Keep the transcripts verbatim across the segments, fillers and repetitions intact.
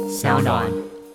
小暖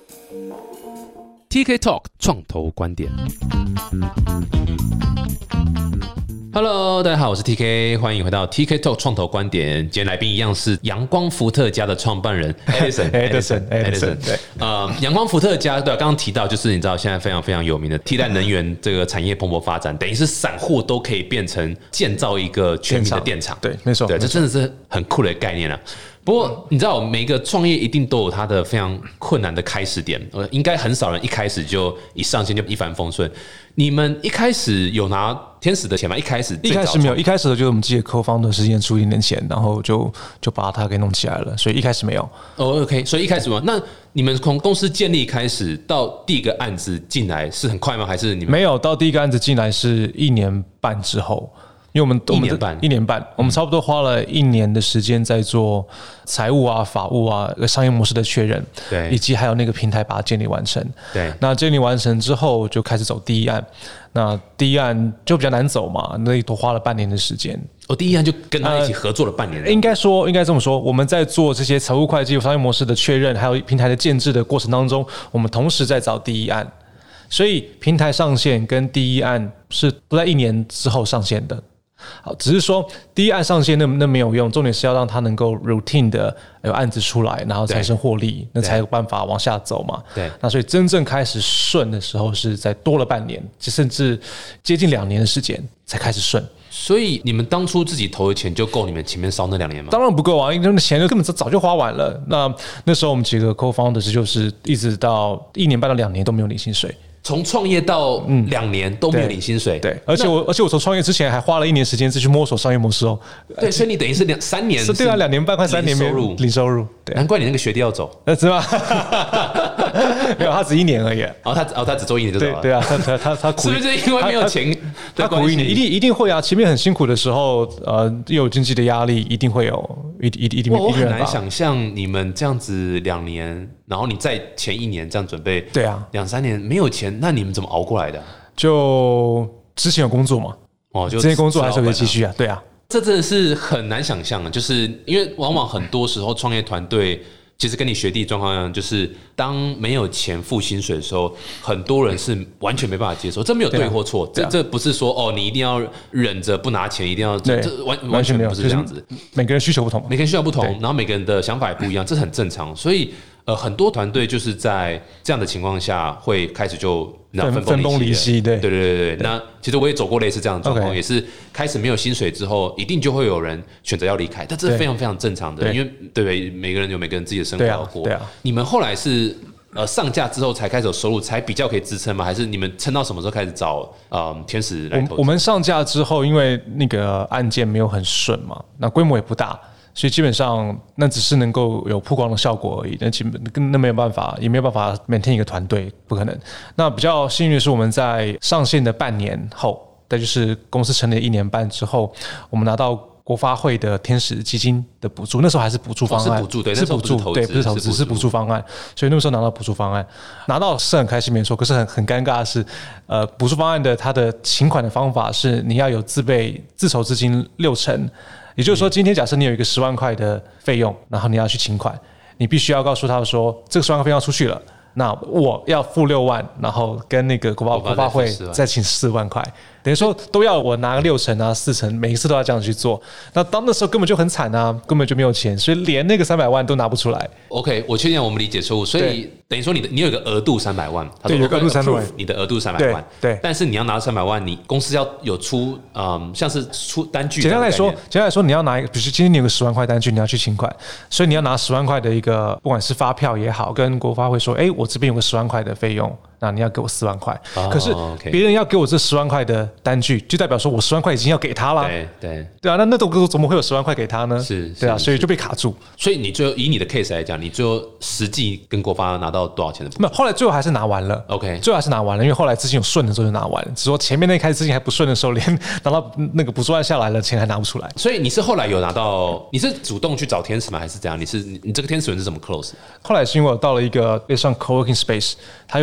T K Talk 创投观点。Hello， 大家好，我是 T K， 欢迎回到 T K Talk 创投观点。今天来宾一样是阳光伏特加的创办人 Edison，Edison，Edison， 对，呃，阳光伏特加，对、啊，刚刚提到就是你知道现在非常非常有名的替代能源这个产业蓬勃发展，等于是散户都可以变成建造一个全民的电厂， 对，没错， 对，这真的是很酷的概念啊。不过你知道，每个创业一定都有它的非常困难的开始点，呃，应该很少人一开始就一上线就一帆风顺。你们一开始有拿天使的钱吗？一开始一开始没有，一开始的就是我们自己的 co-founder 时间出一点钱，然后就就把它给弄起来了，所以一开始没有。 哦 ，OK， 所以一开始吗？那你们从公司建立开始到第一个案子进来是很快吗？还是你们没有到第一个案子进来是一年半之后？因为我们一年半， 一年半，我们差不多花了一年的时间在做财务啊、法务啊、商业模式的确认， 对， 以及还有那个平台把它建立完成。 对， 那建立完成之后就开始走第一案，那第一案就比较难走嘛，那都花了半年的时间。 我、哦、第一案就跟他一起合作了半年、 呃。应该说，应该这么说，我们在做这些财务会计、商业模式的确认，还有平台的建制的过程当中，我们同时在找第一案，所以平台上线跟第一案是都在一年之后上线的。好，只是说第一案上线那那没有用，重点是要让它能够 routine 的有案子出来，然后产生获利，那才有办法往下走嘛。 对， 那所以真正开始顺的时候是在多了半年，甚至接近两年的时间才开始顺。 所以你们当初自己投的钱就够你们前面烧那两年吗？ 当然不够啊，因为那钱就根本早就花完了。那那时候我们几个 co-founders 就是一直到一年半到两年都没有领薪水。 从创业到两年都没有领薪水， 嗯、对, 对，而且我而且我从创业之前还花了一年时间去摸索商业模式哦。 对，所以你等于是两三年， 是对啊，两年半快三年没有零收入，对、啊， 难怪你那个学弟要走， 呃，是吧？没有，他只一年而已。 哦，他哦他只做一年就走了， 对对啊，他他他他苦， 是不是因为没有钱？ 他苦一年，一定一定会啊！前面很辛苦的时候，呃，又有经济的压力，一定会有，一一一定我很难想象你们这样子两年，然后你在前一年这样准备， 对啊， 两三年没有钱，那你们怎么熬过来的？ 就之前有工作嘛，哦，就这些工作还是会继续啊，对啊， 这真的是很难想象的，就是因为往往很多时候创业团队。其实跟你学弟状况一样，就是当没有钱付薪水的时候，很多人是完全没办法接受。这没有对或错，这这不是说哦，你一定要忍着不拿钱，一定要这完完全不是这样子。 每个人需求不同， 每个人需求不同，然后每个人的想法也不一样，这很正常。所以呃，很多团队就是在这样的情况下会开始就分分崩离析。对对对对对。那其实我也走过类似这样的状况，也是开始没有薪水之后，一定就会有人选择要离开，但这是非常非常正常的，因为对不对？每个人有每个人自己的生活要过。 对啊。 你们后来是呃上架之后才开始有收入，才比较可以支撑吗？还是你们撑到什么时候开始找呃天使来投资？ 我们上架之后，因为那个案件没有很顺嘛，那规模也不大。所以基本上那只是能够有曝光的效果而已，那基本那没有办法，也没有办法 maintain 一个团队，不可能。那比较幸运的是，我们在上线的半年后，那就是公司成立一年半之后，我们拿到国发会的天使基金的补助，那时候还是补助方案， 哦、是补助，对， 是补助，对，不是投资，是补助方案。所以那时候拿到补助方案，拿到是很开心，没错。可是很很尴尬的是，呃，补助方案的它的请款的方法是你要有自备自筹资金六成。也就是说，今天假设你有一个十万块的费用，然后你要去请款，你必须要告诉他说，这个十万块费用要出去了，那我要付六万，然后跟那个国发国发会再请四万块，等于说都要我拿个六成啊、四成，每一次都要这样去做。那当那时候根本就很惨啊，根本就没有钱，所以连那个三百万都拿不出来。 OK， 我确定我们理解错误，所以等于说你的你有一个额度三百万， 对，有个额度三百万， 你的额度三百万， 对， 但是你要拿到三百万，你公司要有出嗯，像是出单据。 简单来说，简单来说，你要拿一个，比如今天你有个十万块单据，你要去请款，所以你要拿十万块的一个，不管是发票也好，跟国发会说，哎，我这边有个十万块的费用。那你要给我四万块， 哦、 可是别人要给我这十万块的单据，就代表说我十万块已经要给他了。 对对对啊，那那种怎么会有十万块给他呢？ 是， 对啊，所以就被卡住。 所以你最后以你的 case 来讲，你最后实际跟国发拿到多少钱的？ 没有，后来最后还是拿完了。 OK， 最后还是拿完了，因为后来资金有顺的时候就拿完了。只是说前面那开始资金还不顺的时候，连拿到那个补助案下来了，钱还拿不出来。 所以你是后来有拿到，你是主动去找天使吗？还是怎样？你是你这个天使人是怎么 close？ 后来是因为我到了一个类似像 coworking space， 它有点有点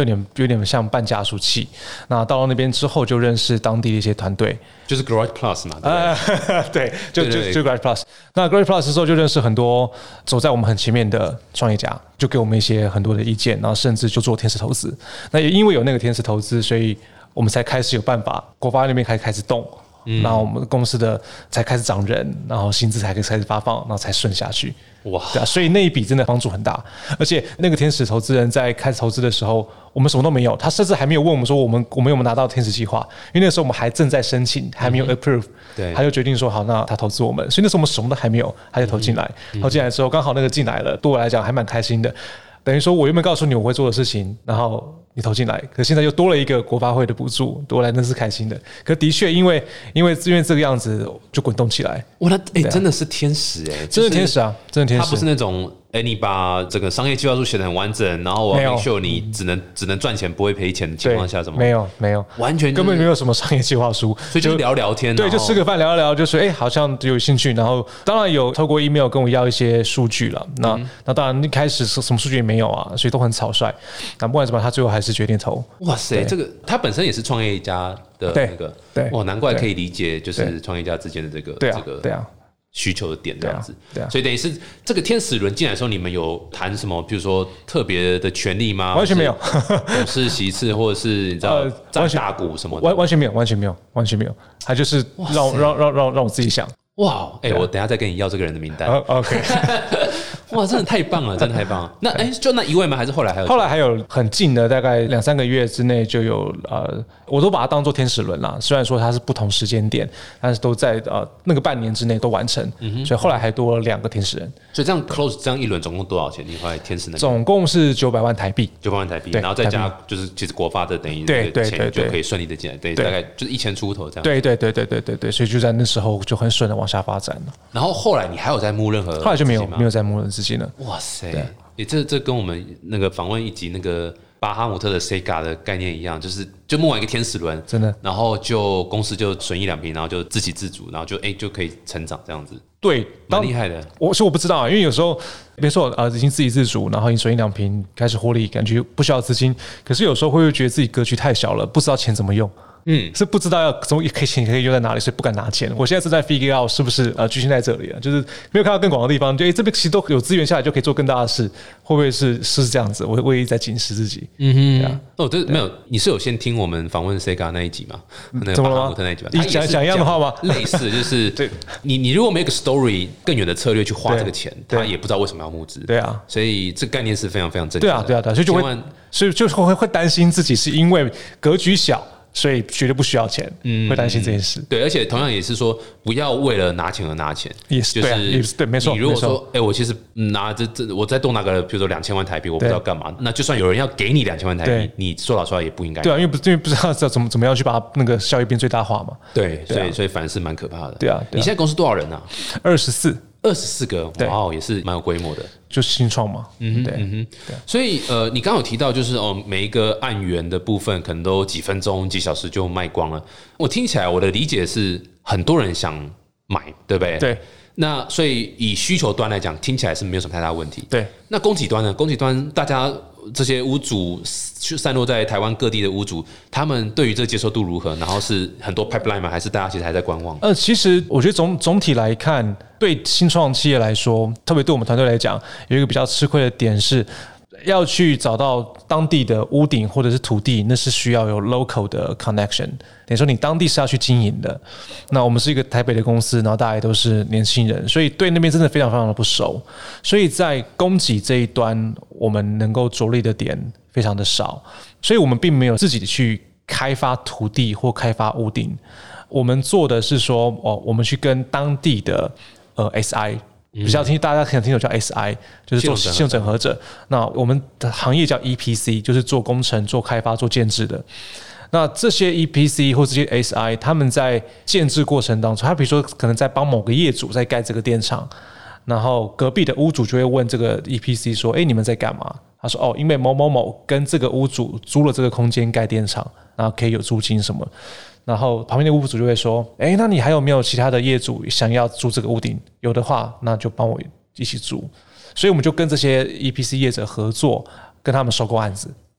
点像半加速器。那到了那边之后，就认识当地的一些团队， 就是 Garage Plus 嘛，对不对？ 呃、对，就就就 Garage Plus。那 Garage Plus 之后就认识很多走在我们很前面的创业家，就给我们一些很多的意见，然后甚至就做天使投资。那也因为有那个天使投资，所以我们才开始有办法，国发那边开开始动。嗯、然后我们公司的才开始涨人，然后薪资才开始发放，然后才顺下去。哇，对啊，所以那一笔真的帮助很大。而且那个天使投资人在开始投资的时候，我们什么都没有，他甚至还没有问我们说我们我们有没有拿到天使计划，因为那时候我们还正在申请，还没有 approve，、嗯、对，他就决定说好，那他投资我们。所以那时候我们什么都还没有，他就投进来。嗯、投进来之后，刚好那个进来了，对我来讲还蛮开心的。等于说我原本告诉你我会做的事情，然后你投进来，可现在又多了一个国发会的补助，对我来那是开心的。可的确，因为因为因为这个样子就滚动起来。 哇，那哎、欸啊，真的是天使哎、欸， 真的天使啊，真的天使。 他不是那种哎、欸，你把整个商业计划书写得很完整，然后我要 make sure 你只能只能赚钱不会赔钱的情况下，怎么没有没有， 完全、就是、 根本没有什么商业计划书， 所以就聊聊天， 对，就吃个饭聊一聊，就说哎、欸，好像有兴趣，然后当然有透过 email 跟我要一些数据了。那、嗯、那当然一开始什么数据也没有啊，所以都很草率。那不管怎么，他最后还是决定投。 哇塞，这个他本身也是创业家的那个， 对， 哇，难怪可以理解，就是创业家之间的这个这个对啊需求的点这样子， 对啊， 所以等于是这个天使轮进来的时候，你们有谈什么，比如说特别的权利吗？ 完全没有， 董事席次或者是你知道占大股什么的， 完完全没有，完全没有，完全没有，他就是让让让让让我自己想。 哇，哎、欸，我等一下再跟你要这个人的名单。 Uh, OK 。 哇，真的太棒了，真的太棒了。那哎、欸，就那一位吗？还是后来还有？ 后来还有很近的，大概两三个月之内就有呃，我都把它当做天使轮啦。虽然说它是不同时间点，但是都在呃那个半年之内都完成。嗯、所以后来还多了两个天使人。 所以这样 close 这样一轮总共多少钱？你后来天使那总共是九百万台币， 九百万台币，然后再加就是其实国发的等于那个钱就可以顺利的进来，对，大概就是一千出头这样。 对对对对对对对，所以就在那时候就很顺的往下发展了。 然后后来你还有在募任何？ 后来就没有没有在募任何资金了。 哇塞！欸、这这跟我们那个访问一集那个巴哈姆特的 Sega 的概念一样，就是就募完一个天使轮， 真的， 然后就公司就损益两平，然后就自给自足，然后就哎、欸、就可以成长这样子。 对， 蛮厉害的。 我说我不知道啊，因为有时候别说呃已经自给自足，然后你损益两平开始获利，感觉不需要资金，可是有时候会不会觉得自己格局太小了，不知道钱怎么用。嗯，是不知道要怎么可以钱可以用在哪里，所以不敢拿钱。我现在正在 figure out 是不是呃局限在这里啊，就是没有看到更广的地方，就、欸、这边其实都有资源下来就可以做更大的事，会不会是是这样子？我我也在警示自己。 嗯哼，哦，对，没有，你是有先听我们访问 Sega 那一集吗？那个巴哈姆特那一集吗？ 你讲讲一样的话吗？ 类似，就是你你如果没有个 story 更远的策略去花这个钱，他也不知道为什么要募资。 对啊， 所以这概念是非常非常正确的。 对啊，对啊，对啊，所以就会所以就会会担心自己是因为格局小。所以绝对不需要钱，嗯，会担心这件事。 对，而且同样也是说，不要为了拿钱而拿钱， 也是就是对，没错。 你如果说，哎、欸，我其实拿这这，我再多拿个，比如说两千万台币，我不知道干嘛。那就算有人要给你两千万台币，你说老实话也不应该。 对啊，因为不因为不知道怎么怎么样去把那个效益变最大化嘛。 对，所以所以反而是蛮可怕的。 对啊， 你现在公司多少人啊？ 二十四。 二十四个，哇哦，也是蛮有规模的， 就新创嘛。嗯，对，嗯哼， 对。所以呃，你刚刚有提到，就是哦，每一个案源的部分可能都几分钟、几小时就卖光了。我听起来，我的理解是，很多人想买，对不对？ 对。 那所以以需求端来讲，听起来是没有什么太大问题。 对。 那供给端呢？供给端大家这些屋主散落在台湾各地的屋主，他们对于这个接受度如何？然后是很多 pipeline 吗？还是大家其实还在观望？ 呃，其实我觉得总总体来看，对新创企业来说，特别对我们团队来讲，有一个比较吃亏的点是，要去找到当地的屋顶或者是土地，那是需要有 local 的 connection。等于说你当地是要去经营的。那我们是一个台北的公司，然后大家也都是年轻人，所以对那边真的非常非常的不熟。所以在供给这一端，我们能够着力的点非常的少，所以我们并没有自己去开发土地或开发屋顶。我们做的是说，哦，我们去跟当地的呃 S I。比较听大家可能听懂叫 S I， 就是做信用整合者。那我们的行业叫 E P C， 就是做工程、做开发、做建制的。那这些 E P C 或这些 S I， 他们在建制过程当中，他比如说可能在帮某个业主在盖这个电厂，然后隔壁的屋主就会问这个 E P C 说：“哎，你们在干嘛？”他说：“哦，因为某某某跟这个屋主租了这个空间盖电厂，然后可以有租金什么。”然后旁边的屋主就会说：“哎，那你还有没有其他的业主想要租这个屋顶？有的话，那就帮我一起租。”所以我们就跟这些 E P C 业者合作，跟他们收购案子。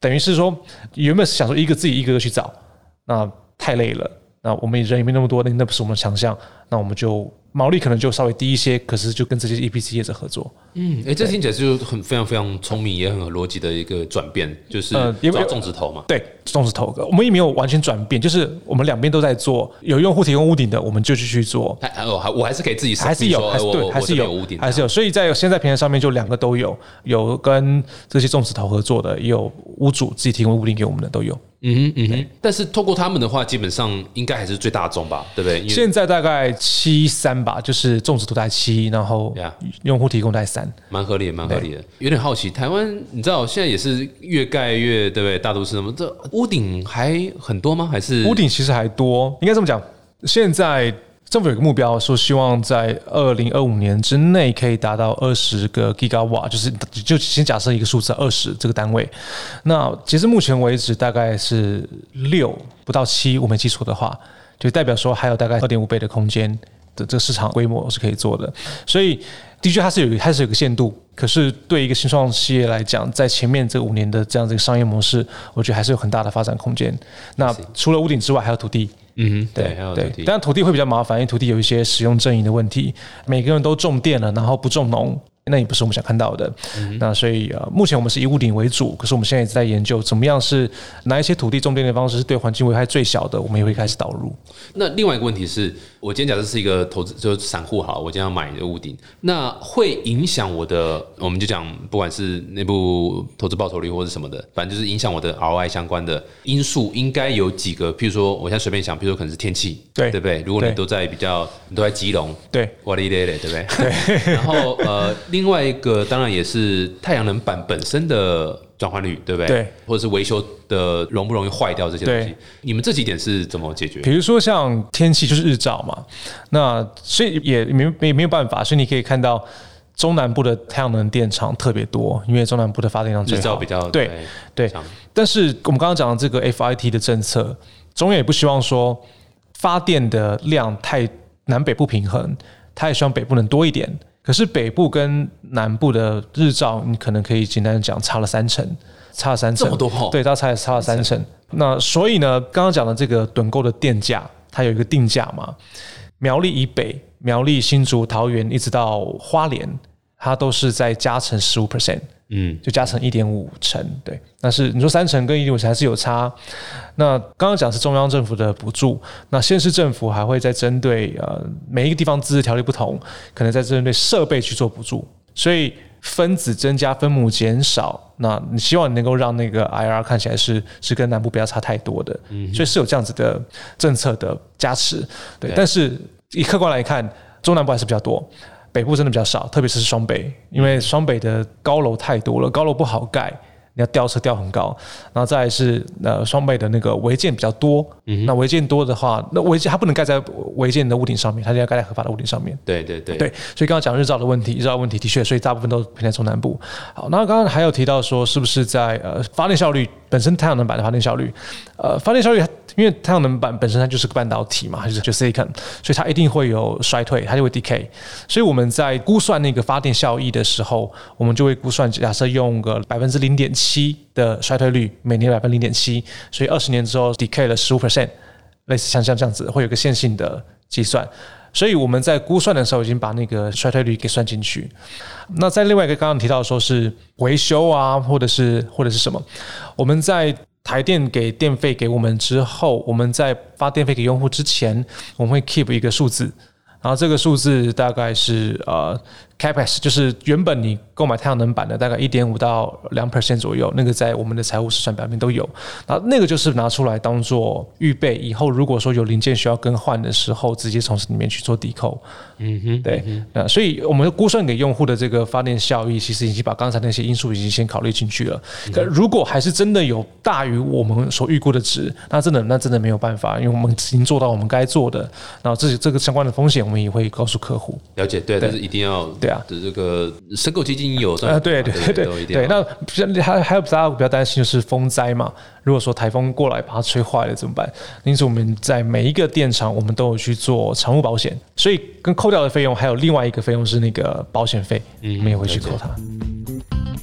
等于是说原本想说一个自己一个个去找，那太累了，那我们人也没那么多，那不是我们的强项，那我们就毛利可能就稍微低一些，可是就跟这些 E P C 业者合作。 嗯，哎、欸，这听起来就很非常非常聪明，也很有逻辑的一个转变，就是找种植头嘛。 呃、对，种植头，我们也没有完全转变，就是我们两边都在做。有用户提供屋顶的，我们就继续做。 还我还是可以自己还是有，还是对，还是有屋顶，还是有。所以在现在平台上面就两个都有，有跟这些种植头合作的，也有屋主自己提供屋顶给我们的都有。 嗯哼嗯哼，但是透过他们的话，基本上应该还是最大宗吧，对不对？ 现在大概七三吧，就是种植头大概七，然后用户提供大概三， 蛮合理的，蛮合理的。有点好奇，台湾你知道现在也是越盖越对不对？大都市什么这屋顶还很多吗？还是屋顶其实还多？应该这么讲，现在政府有个目标，说希望在二零二五年之内可以达到二十个 gigawatt， 就是就先假设一个数字二十这个单位。那其实目前为止大概是六不到七，我没记错的话，就代表说还有大概二点五倍的空间的这个市场规模是可以做的。所以的确它是有它是有个限度，可是对一个新创企业来讲，在前面这五年的这样子一个商业模式，我觉得还是有很大的发展空间。那除了屋顶之外，还有土地。 嗯哼， 对对，当然土地会比较麻烦，因为土地有一些使用争议的问题，每个人都种电了，然后不种农，那也不是我们想看到的。嗯、那所以呃，目前我们是以屋顶为主，可是我们现在一直在研究怎么样是哪一些土地种电的方式是对环境危害最小的，我们也会开始导入。 那另外一个问题是，我今天假设是一个投资，就是散户好，我今天要买一个屋顶，那会影响我的，我们就讲不管是内部投资报酬率或者什么的，反正就是影响我的 R O I 相关的因素，应该有几个，譬如说，我现在随便想，譬如说可能是天气，对对不对？如果你都在比较，你都在基隆， 对， 哇哩咧咧，对不对？对。然后呃，另外一个当然也是太阳能板本身的转换率，对不对？对，或者是维修的容不容易坏掉这些东西，你们这几点是怎么解决？ 比如说像天气就是日照嘛，那所以也没也没有办法，所以你可以看到中南部的太阳能电厂特别多，因为中南部的发电量最好， 日照比较对对。但是我们刚刚讲的这个 F I T 的政策，中央也不希望说发电的量太南北不平衡，他也希望北部能多一点。可是北部跟南部的日照，你可能可以简单讲差了三成，差了三成， 这么多哦， 对，它差差了三成。那所以呢，刚刚讲的这个趸购的电价，它有一个定价嘛，苗栗以北，苗栗、新竹、桃园一直到花莲，它都是在加成十五 percent。嗯，就加成一点五成，对。但是你说三成跟一点五成还是有差。那刚刚讲是中央政府的补助，那县市政府还会再针对呃每一个地方自治条例不同，可能在针对设备去做补助。所以分子增加，分母减少，那你希望你能够让那个 I R R 看起来是是跟南部不要差太多的，嗯、所以是有这样子的政策的加持，对。对，但是以客观来看，中南部还是比较多。北部真的比较少，特别是双北，因为双北的高楼太多了，高楼不好盖，你要吊车吊很高。然后再来是呃双北的那个违建比较多，嗯、那违建多的话，那违建它不能盖在违建的屋顶上面，它就要盖在合法的屋顶上面。 对对对对，所以刚刚讲日照的问题，日照问题的确，所以大部分都偏在中南部。好，那刚刚还有提到说，是不是在呃发电效率本身太阳能板的发电效率，呃发电效率。因为太阳能板本身它就是个半导体嘛，就是就 silicon， 所以它一定会有衰退，它就会 decay。所以我们在估算那个发电效益的时候，我们就会估算，假设用个百分之零点七的衰退率，每年百分之零点七，所以二十年之后 decay 了十五 percent， 类似像像这样子，会有个线性的计算。所以我们在估算的时候已经把那个衰退率给算进去。那在另外一个刚刚提到说是维修啊，或者是或者是什么，我们在台电给电费给我们之后，我们在发电费给用户之前，我们会 keep 一个数字，然后这个数字大概是呃 capex， 就是原本你购买太阳能板的大概 一点五到百分之二 左右，那个在我们的财务试算表面都有，然后那个就是拿出来当做预备，以后如果说有零件需要更换的时候，直接从里面去做抵扣。嗯哼，对，嗯、那所以我们估算给用户的这个发电效益，其实已经把刚才那些因素已经先考虑进去了。嗯、可如果还是真的有大于我们所预估的值，那真的那真的没有办法，因为我们已经做到我们该做的，然后这这个相关的风险，我们也会告诉客户。 了解，对，但是一定要对啊，这个申购基金有算， 呃，对对对对对。那还还有大家比较担心就是风灾嘛，如果说台风过来把它吹坏了怎么办？因此我们在每一个电厂，我们都有去做产物保险，所以跟扣掉的费用还有另外一个费用是那个保险费，我们也会去扣它。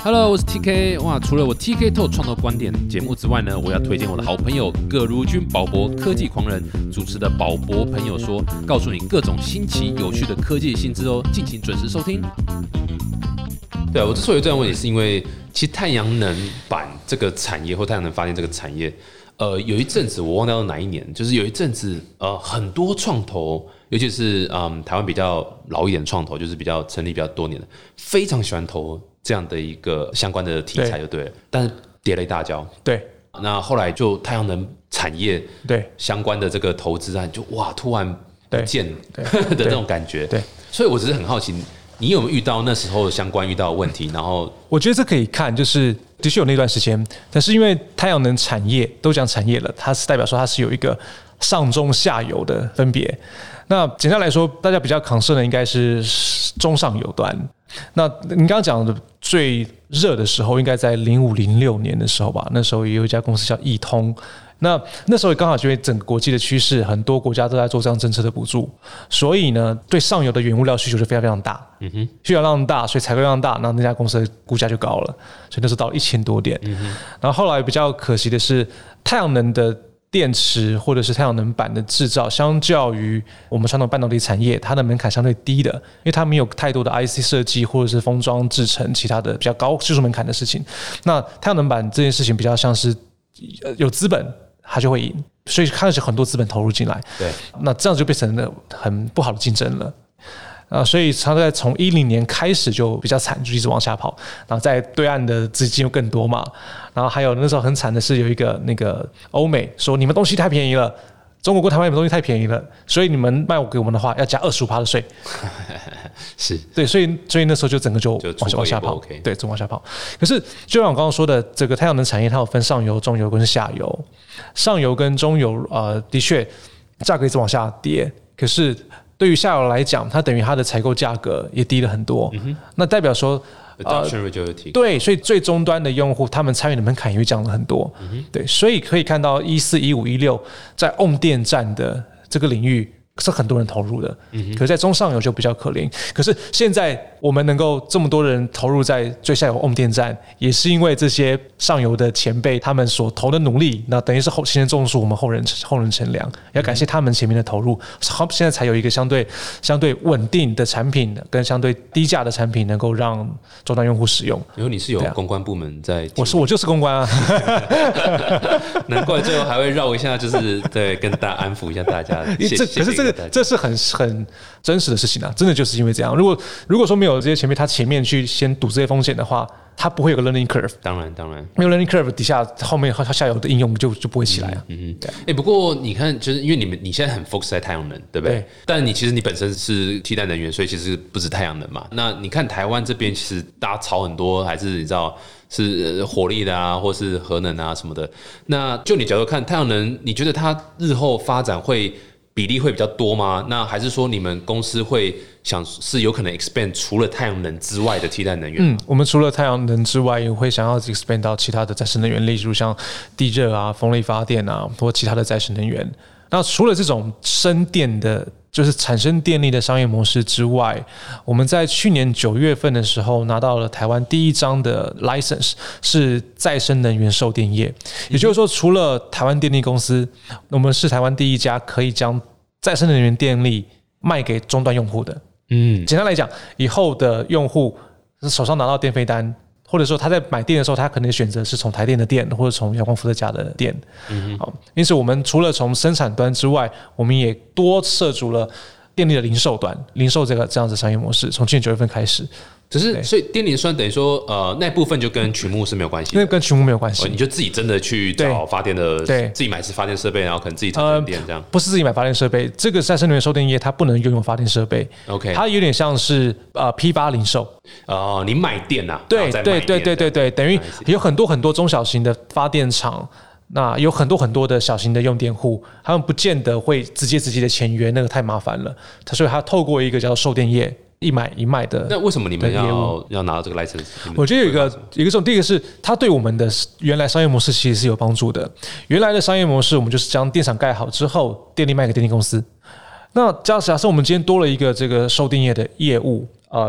Hello， 我是 T K。哇，除了我 T K Talk 创投观点节目之外呢，我要推荐我的好朋友葛如君宝博科技狂人主持的宝博朋友说，告诉你各种新奇有趣的科技新知哦，敬请准时收听。对啊，我之所以有这样问题，是因为其实太阳能板这个产业或太阳能发电这个产业，呃，有一阵子我忘掉哪一年，就是有一阵子呃很多创投，尤其是嗯台湾比较老一点的创投，就是比较成立比较多年的，非常喜欢投这样的一个相关的题材就对了，但是跌了一大跤。 对， 那后来就太阳能产业对相关的这个投资案就哇突然不见的这种感觉。 对， 所以我只是很好奇，你有没有遇到那时候相关遇到的问题？然后我觉得这可以看，就是的确有那段时间，但是因为太阳能产业都讲产业了，它是代表说它是有一个上中下游的分别。那简单来说，大家比较concern的应该是中上游端。那你刚刚讲的最热的时候，应该在零五零六年的时候吧？那时候也有一家公司叫易通。那那时候刚好因为整个国际的趋势，很多国家都在做这样政策的补助，所以呢，对上游的原物料需求就非常非常大。嗯哼，需求量大，所以采购量大，那那家公司的股价就高了，所以那时候到了一千多点。嗯哼，然后后来比较可惜的是，太阳能的电池或者是太阳能板的制造，相较于我们传统半导体产业，它的门槛相对低的，因为它没有太多的 I C 设计或者是封装制成其他的比较高技术门槛的事情。那太阳能板这件事情比较像是有资本，它就会赢，所以开始很多资本投入进来。对，那这样就变成了很不好的竞争了。啊，所以他在从一零年开始就比较惨，就一直往下跑。然后在对岸的资金又更多嘛，然后还有那时候很惨的是有一个那个欧美说你们东西太便宜了，中国跟台湾你们东西太便宜了，所以你们卖我给我们的话要加 百分之二十五 的税。 是对，所以所以那时候就整个就往往下跑，对，就往下跑。可是就像我刚刚说的，这个太阳能产业它有分上游、中游跟下游，上游跟中游呃的确价格一直往下跌，可是对于下游来讲，它等于它的采购价格也低了很多，嗯、那代表说， 呃， 对，所以最终端的用户他们参与的门槛也会降了很多，嗯、对，所以可以看到一四、一五、一六在 on 电站的这个领域是很多人投入的，嗯、可是在中上游就比较可怜。可是现在我们能够这么多人投入在最下游 on 电站，也是因为这些上游的前辈他们所投的努力，那等于是后前人种树，我们后人后人乘凉，要感谢他们前面的投入，好，现在才有一个相对相对稳定的产品跟相对低价的产品能够让终端用户使用。 因为你是有公关部门在， 我是我就是公关啊， 难怪最后还会绕一下，就是对跟大家安抚一下大家。 这可是这个这是很很真实的事情啊，真的就是因为这样。如果如果说没有这些前辈，他前面去先赌这些风险的话，他不会有个 learning curve。 当然，当然， 没有 learning curve 底下，后面它下游的应用就就不会起来啊。 嗯嗯，对。哎，不过你看，就是因为你们你现在很 focus 在太阳能，对不对？对。但你其实你本身是替代能源，所以其实不止太阳能嘛。那你看台湾这边，其实大家炒很多，还是你知道是火力的啊，或是核能啊什么的。那就你角度看，太阳能，你觉得它日后发展会比例会比较多吗？那还是说你们公司会想是有可能 expand 除了太阳能之外的替代能源？ 嗯，我们除了太阳能之外，也会想要 expand 到其他的再生能源，例如像地热啊、风力发电啊，或其他的再生能源。那除了这种生电的，就是产生电力的商业模式之外，我们在去年九月份的时候拿到了台湾第一张的 license， 是再生能源售电业。也就是说，除了台湾电力公司，我们是台湾第一家可以将再生能源电力卖给终端用户的。嗯，简单来讲，以后的用户手上拿到电费单，或者说他在买电的时候，他可能选择是从台电的电，或者从阳光伏特加的电。嗯，好，因此我们除了从生产端之外，我们也多涉足了电力的零售端，零售这个这样子商业模式，从去年九月份开始。 只是，所以电零算等于说，呃，那部分就跟群牧是没有关系的， 那跟群牧没有关系、哦， 你就自己真的去找发电的，对，自己买一次发电设备，然后可能自己产生电这样、呃。不是自己买发电设备，这个再生能源售电业它不能拥有发电设备 ，OK， 它有点像是呃批发零售。 哦，你买电啊？ 对对对对对对，等于有很多很多中小型的发电厂。那有很多很多的小型的用电户，他们不见得会直接直接的签约，那个太麻烦了。所以他透过一个叫售电业一买一卖的。 那为什么你们要要拿到这个 license？ 我觉得有一个一个重，第一个是它对我们的原来商业模式其实是有帮助的。原来的商业模式，我们就是将电厂盖好之后，电力卖给电力公司。那假设我们今天多了一个这个售电业的业务，呃。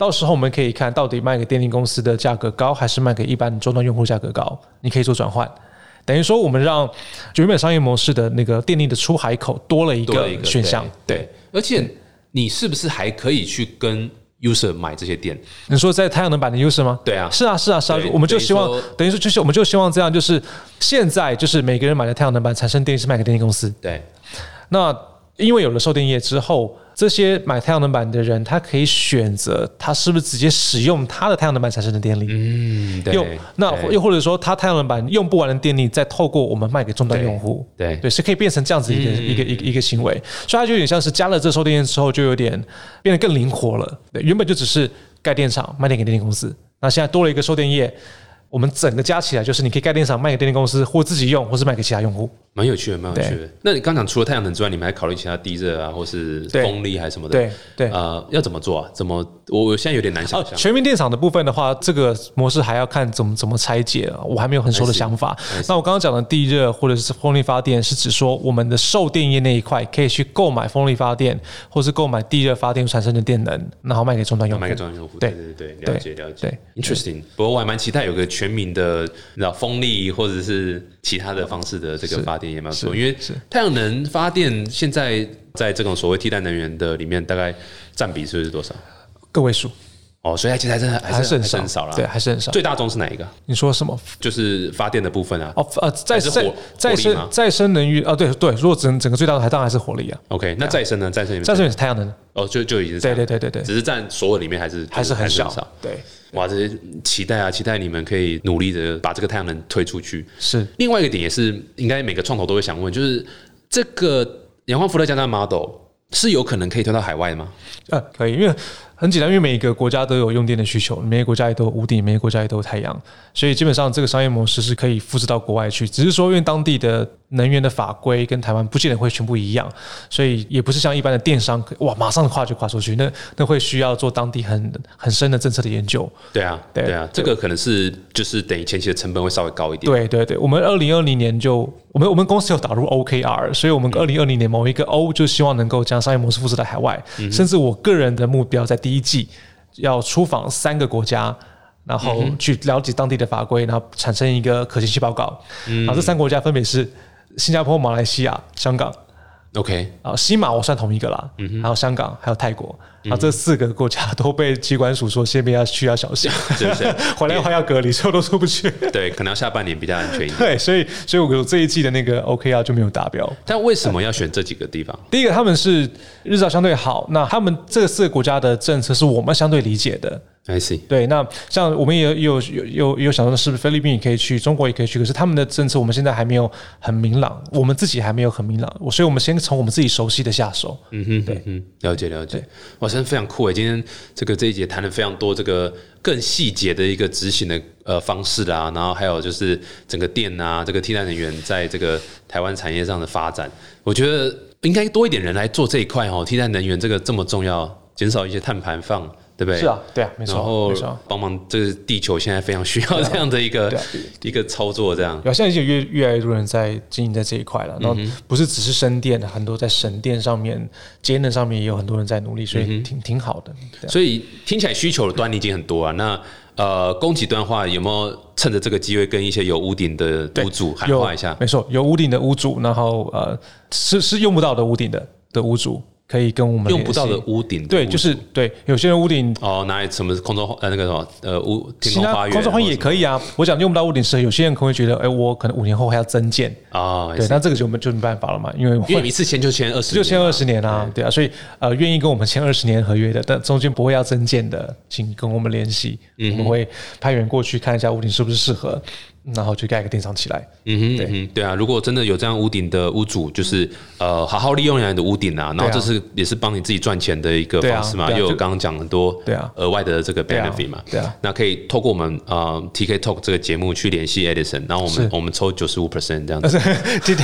到时候我们可以看到底卖给电力公司的价格高，还是卖给一般终端用户价格高，你可以做转换。等于说，我们让原本商业模式的那个电力的出海口多了一个选项。 对，对，而且你是不是还可以去跟 user 买这些电？ 你说在太阳能板的 user 吗？ 对啊， 是啊，是啊，是啊。我们就希望，等于说就是我们就希望这样，就是现在就是每个人买的太阳能板产生电力是卖给电力公司。 对，那因为有了售电业之后，这些买太阳能板的人，他可以选择他是不是直接使用他的太阳能板产生的电力。 嗯，对。 又那又或者说，他太阳能板用不完的电力，再透过我们卖给终端用户。 对 对, 对，是可以变成这样子一个、嗯、一个一个一个行为，所以它就有点像是加了这售电业之后，就有点变得更灵活了。对，原本就只是盖电厂卖电给电力公司，那现在多了一个售电业。我们整个加起来就是你可以盖电厂卖给电力公司，或自己用，或是卖给其他用户， 蛮有趣的，蛮有趣的。那你刚讲除了太阳能之外，你们还考虑其他地热啊，或是风力还是什么的？ 对对， 呃，要怎么做啊？怎么？我我现在有点难想象、 哦。全民电厂的部分的话，这个模式还要看怎么怎么拆解，我还没有很熟的想法。那我刚刚讲的地热或者是风力发电，是指说我们的售电业那一块可以去购买风力发电，或是购买地热发电产生的电能，然后卖给终端用户。 卖给终端用户。 对对对对，了解了解。 对 ，interesting。不过我还蛮期待有个全民的。你知道风力或者是其他的方式的这个发电也蛮不错，因为太阳能发电现在在这种所谓替代能源的里面，大概占比是多少？ 个位数。 哦，所以其实还是还是很少啦， 对，还是很少。 最大宗是哪一个？ 你说什么？ 就是发电的部分啊。 哦，呃，再再再生再生能源啊，对对，如果整整个最大的还当然还是火力啊。 OK， 那再生呢？再生再生也是太阳能。 哦，就就已经是对对对对对， 只是占所有里面还是还是很少。对。 哇，这些期待啊，期待你们可以努力的把这个太阳能推出去。 是另外一个点，也是应该每个创投都会想问，就是这个阳光伏特加的 model 是有可能可以推到海外吗？ 呃，可以，因为很简单，因为每一个国家都有用电的需求，每个国家也都有屋顶，每个国家也都有太阳，所以基本上这个商业模式是可以复制到国外去。只是说，因为当地的能源的法规跟台湾不见得会全部一样，所以也不是像一般的电商，哇，马上跨就跨出去，那那会需要做当地很很深的政策的研究。 对啊，对, 对啊，这个可能是就是等于前期的成本会稍微高一点。 对对对，我们二零二零年就我们我们公司有导入 O K R， 所以我们二零二零年某一个 O 就希望能够将商业模式复制在海外，嗯、甚至我个人的目标在第一季要出访三个国家。然后去了解当地的法规，然后产生一个可行性报告。嗯、然后这三个国家分别是新加坡、马来西亚、香港。 OK， 啊，西马我算同一个啦，嗯、还有香港，还有泰国。然后这四个国家都被机关署说先不要去，要小心， 是不是？ 回来的话要隔离，所以都出不去。 对，可能要下半年比较安全一点。 对，所以所以我这一季的那个 O K R 就没有达标。 但为什么要选这几个地方？ 第一个，他们是日照相对好，那他们这四个国家的政策是我们相对理解的。 I see。 对，那像我们也有有有有想说，是不是菲律宾也可以去，中国也可以去？可是他们的政策我们现在还没有很明朗，我们自己还没有很明朗，所以我们先从我们自己熟悉的下手。 嗯哼，对，嗯，了解了解。哇，真的非常酷诶！今天这个这一节谈了非常多这个更细节的一个执行的呃方式啦，然后还有就是整个电啊，这个替代能源在这个台湾产业上的发展，我觉得应该多一点人来做这一块哦。替代能源这个这么重要，减少一些碳排放。对不对？ 是啊，对啊，没错。 然后帮忙，这个地球现在非常需要这样的一个、啊啊、一个操作，这样。 对啊，现在已经有越越来越多人在经营在这一块了。然后不是只是省电，很多在省电上面、节能上面也有很多人在努力，所以挺、嗯、挺好的。 啊、所以听起来需求的端已经很多啊。那呃，供给端的话，有没有趁着这个机会跟一些有屋顶的屋主喊话一下？ 没错，有屋顶的屋主，然后呃，是是用不到的屋顶的的屋主。可以跟我们用不到的屋顶， 对，就是对，有些人屋顶哦，拿来什么空中呃那个什么呃屋天空花园， 空中花园也可以啊。我讲用不到屋顶是，有些人可能会觉得，哎、欸，我可能五年后还要增建啊、哦，对，那这个就没就没办法了嘛，因为因为一次签就签二十， 就签二十年啊，对啊，所以呃，愿意跟我们签二十年合约的，但中间不会要增建的，请跟我们联系，嗯、我们会派员过去看一下屋顶是不是适合。然后去盖个电厂起来。 嗯哼，对，嗯、对啊，如果真的有这样屋顶的屋主，就是呃，好好利用你的屋顶啊，然后这是也是帮你自己赚钱的一个方式嘛，又有刚刚讲很多对啊额外的这个 benefit 嘛， 对啊， 那可以透过我们呃 T K Talk 这个节目去联系 Edison， 然后我们我们抽九十五 percent 这样子 ，T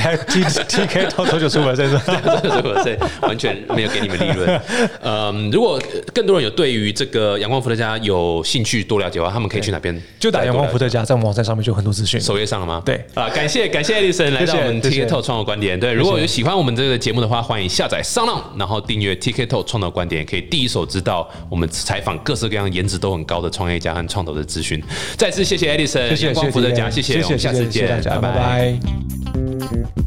T K Talk 抽九十五 percent， 九十五 percent 完全没有给你们利润。呃，如果更多人有对于这个阳光伏特加有兴趣多了解的话，他们可以去哪边？ 就打阳光伏特加，在我们网站上面就有很多多资讯。 首页上了吗？ 对啊，感谢感谢 Edison 来到我们 T K Talk 创投观点。对，如果有喜欢我们这个节目的话，欢迎下载 SoundOn， 然后订阅 T K Talk 创投观点，可以第一手知道我们采访各式各样颜值都很高的创业家和创投的资讯。再次谢谢 Edison， 谢谢阳光福特家，谢谢， 谢谢， 我们下次见， 拜拜。